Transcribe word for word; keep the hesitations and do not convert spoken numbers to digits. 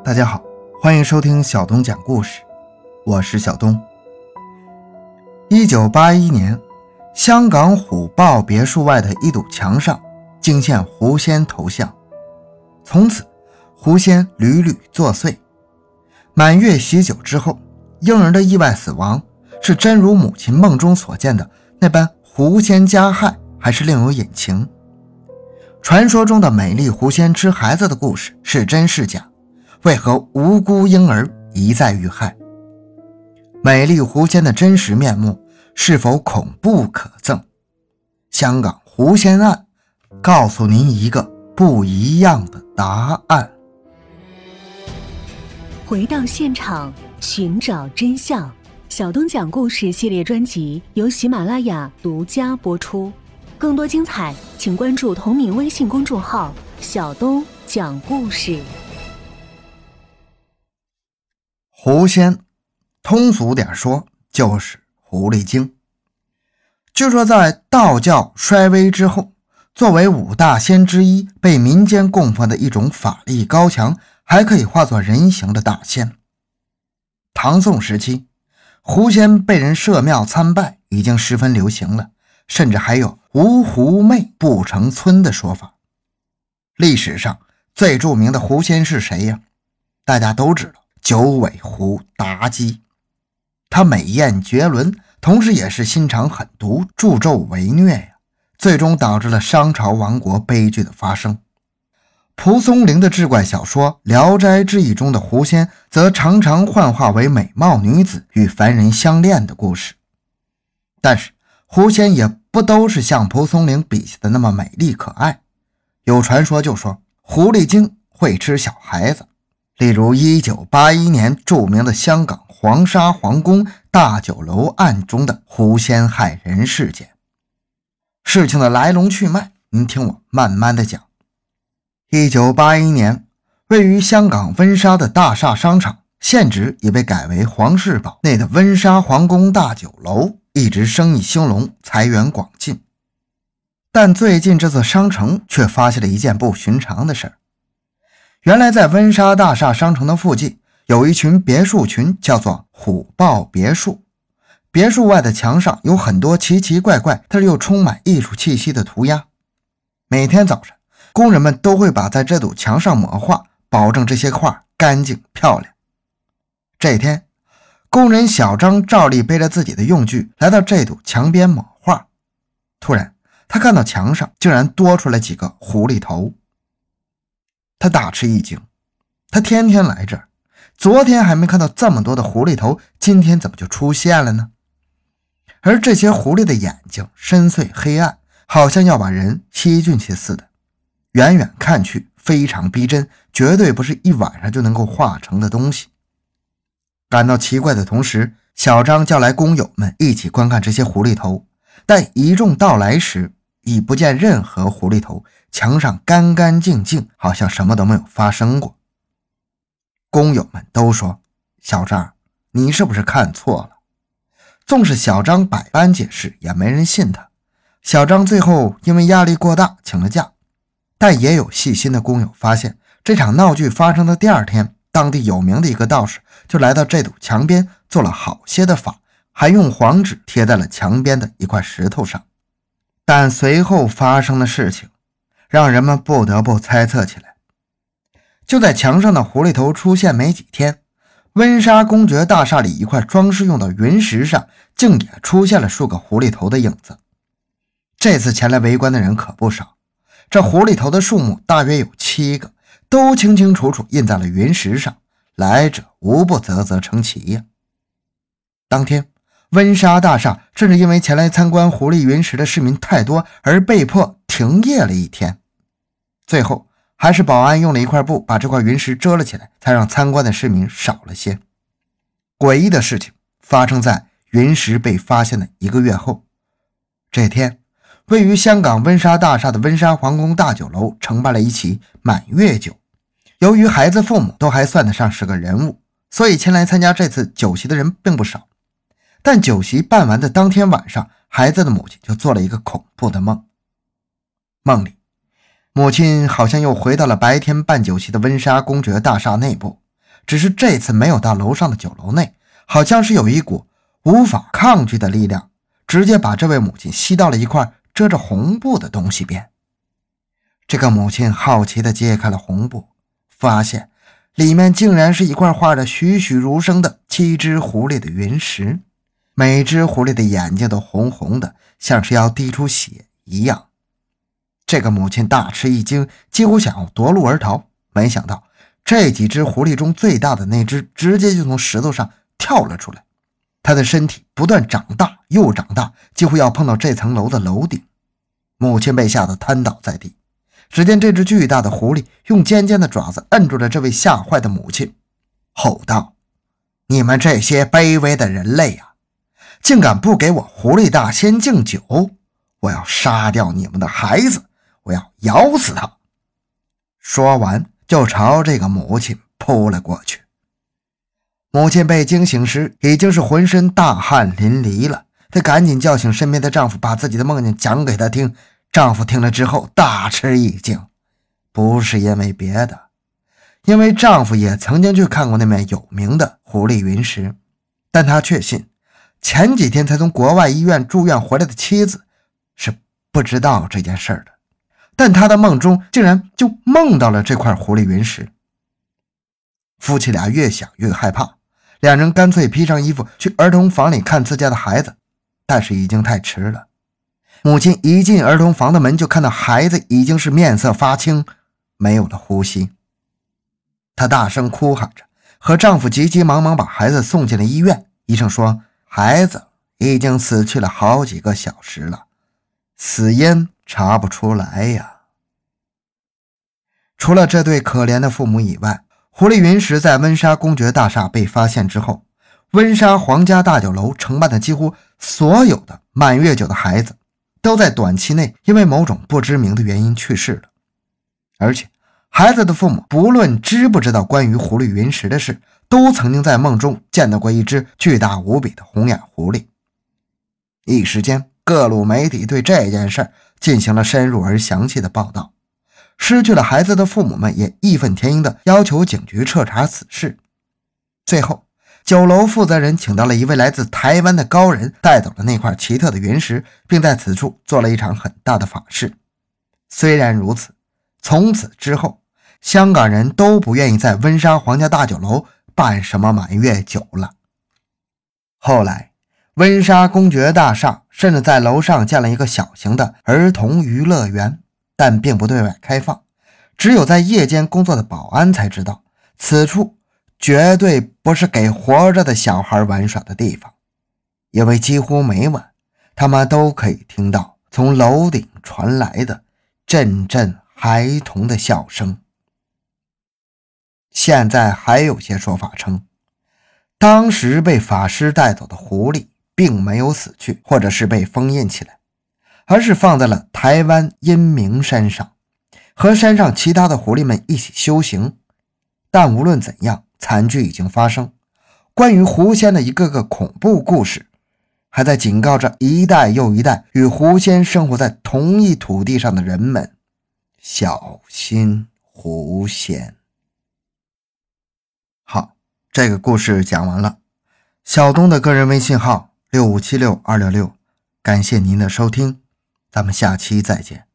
大家好，欢迎收听小东讲故事，我是小东。一九八一年，香港虎豹别墅外的一堵墙上惊现狐仙头像，从此狐仙屡屡作祟。满月喜酒之后，婴儿的意外死亡是真如母亲梦中所见的那般狐仙加害，还是另有隐情？传说中的美丽狐仙吃孩子的故事是真是假？为何无辜婴儿一再遇害？美丽狐仙的真实面目是否恐怖可憎？香港狐仙案告诉您一个不一样的答案。 回到现场，寻找真相。小东讲故事系列专辑由喜马拉雅独家播出，更多精彩请关注同名微信公众号小东讲故事。 狐仙通俗点说就是狐狸精。据说在道教衰微之后，作为五大仙之一，被民间供奉的一种法力高强，还可以化作人形的大仙。唐宋时期，狐仙被人设庙参拜已经十分流行了，甚至还有无狐媚不成村的说法。历史上最著名的狐仙是谁呀？大家都知道，九尾狐妲己。他美艳绝伦，同时也是心肠狠毒，助纣为虐呀，最终导致了商朝亡国悲剧的发生。蒲松龄的志怪小说《聊斋志异》中的狐仙则常常幻化为美貌女子与凡人相恋的故事。但是狐仙也不都是像蒲松龄笔下的那么美丽可爱，有传说就说狐狸精会吃小孩子，例如一九八一年著名的香港黄沙皇宫大酒楼案中的狐仙害人事件。事情的来龙去脉您听我慢慢的讲。一九八一年，位于香港温莎的大厦商场现址已被改为黄氏堡内的温莎皇宫大酒楼，一直生意兴隆，财源广进。但最近这座商城却发现了一件不寻常的事儿。原来在温莎大厦商城的附近有一群别墅群，叫做虎豹别墅。别墅外的墙上有很多奇奇怪怪但又充满艺术气息的涂鸦。每天早上工人们都会把在这堵墙上抹画，保证这些画干净漂亮。这一天，工人小张照例背着自己的用具来到这堵墙边抹画。突然他看到墙上竟然多出来几个狐狸头。他大吃一惊，他天天来这儿，昨天还没看到这么多的狐狸头，今天怎么就出现了呢？而这些狐狸的眼睛深邃黑暗，好像要把人吸进去似的，远远看去非常逼真，绝对不是一晚上就能够画成的东西。感到奇怪的同时，小张叫来工友们一起观看这些狐狸头，但一众到来时已不见任何狐狸头，墙上干干净净，好像什么都没有发生过。工友们都说，小张，你是不是看错了？纵使小张百般解释，也没人信他。小张最后因为压力过大请了假，但也有细心的工友发现，这场闹剧发生的第二天，当地有名的一个道士就来到这堵墙边做了好些的法，还用黄纸贴在了墙边的一块石头上。但随后发生的事情让人们不得不猜测起来。就在墙上的狐狸头出现没几天，温莎公爵大厦里一块装饰用的云石上竟也出现了数个狐狸头的影子。这次前来围观的人可不少，这狐狸头的数目大约有七个，都清清楚楚印在了云石上，来者无不啧啧称奇呀。当天温莎大厦甚至因为前来参观狐狸云石的市民太多而被迫停业了一天，最后还是保安用了一块布把这块云石遮了起来，才让参观的市民少了些。诡异的事情发生在云石被发现的一个月后。这天，位于香港温莎大厦的温莎皇宫大酒楼承办了一起满月酒。由于孩子父母都还算得上是个人物，所以前来参加这次酒席的人并不少。但酒席办完的当天晚上，孩子的母亲就做了一个恐怖的梦。梦里，母亲好像又回到了白天办酒席的温莎公爵大厦内部， 只是这次没有到楼上的酒楼内，好像是有一股无法抗拒的力量，直接把这位母亲吸到了一块遮着红布的东西边。这个母亲好奇地揭开了红布，发现里面竟然是一块画着栩栩如生的七只狐狸的云石，每只狐狸的眼睛都红红的，像是要滴出血一样。这个母亲大吃一惊，几乎想要夺路而逃，没想到这几只狐狸中最大的那只直接就从石头上跳了出来，它的身体不断长大又长大，几乎要碰到这层楼的楼顶。母亲被吓得瘫倒在地，只见这只巨大的狐狸用尖尖的爪子摁住了这位吓坏的母亲，吼道：你们这些卑微的人类啊，竟敢不给我狐狸大仙敬酒，我要杀掉你们的孩子，我要咬死他。说完就朝这个母亲扑了过去。母亲被惊醒时已经是浑身大汗淋漓了，她赶紧叫醒身边的丈夫，把自己的梦境讲给他听。丈夫听了之后大吃一惊，不是因为别的，因为丈夫也曾经去看过那面有名的狐狸云石，但他确信前几天才从国外医院住院回来的妻子是不知道这件事的，但他的梦中竟然就梦到了这块狐狸云石。夫妻俩越想越害怕，两人干脆披上衣服去儿童房里看自家的孩子，但是已经太迟了。母亲一进儿童房的门，就看到孩子已经是面色发青，没有了呼吸。她大声哭喊着，和丈夫急急忙忙把孩子送进了医院。医生说孩子已经死去了好几个小时了，死因查不出来呀。除了这对可怜的父母以外，狐狸云石在温莎公爵大厦被发现之后，温莎皇家大酒楼承办的几乎所有的满月酒的孩子都在短期内因为某种不知名的原因去世了。而且孩子的父母不论知不知道关于狐狸云石的事，都曾经在梦中见到过一只巨大无比的红眼狐狸。一时间各路媒体对这件事进行了深入而详细的报道，失去了孩子的父母们也义愤填膺地要求警局彻查此事。最后酒楼负责人请到了一位来自台湾的高人，带走了那块奇特的云石，并在此处做了一场很大的法事。虽然如此，从此之后香港人都不愿意在温莎皇家大酒楼办什么满月酒了。后来温莎公爵大厦甚至在楼上建了一个小型的儿童娱乐园，但并不对外开放，只有在夜间工作的保安才知道，此处绝对不是给活着的小孩玩耍的地方，因为几乎每晚他们都可以听到从楼顶传来的阵阵孩童的笑声。现在还有些说法称，当时被法师带走的狐狸并没有死去，或者是被封印起来，而是放在了台湾阴明山上，和山上其他的狐狸们一起修行。但无论怎样，惨剧已经发生，关于狐仙的一个个恐怖故事还在警告着一代又一代与狐仙生活在同一土地上的人们，小心狐仙。好，这个故事讲完了。小东的个人微信号六五七六二六六，感谢您的收听，咱们下期再见。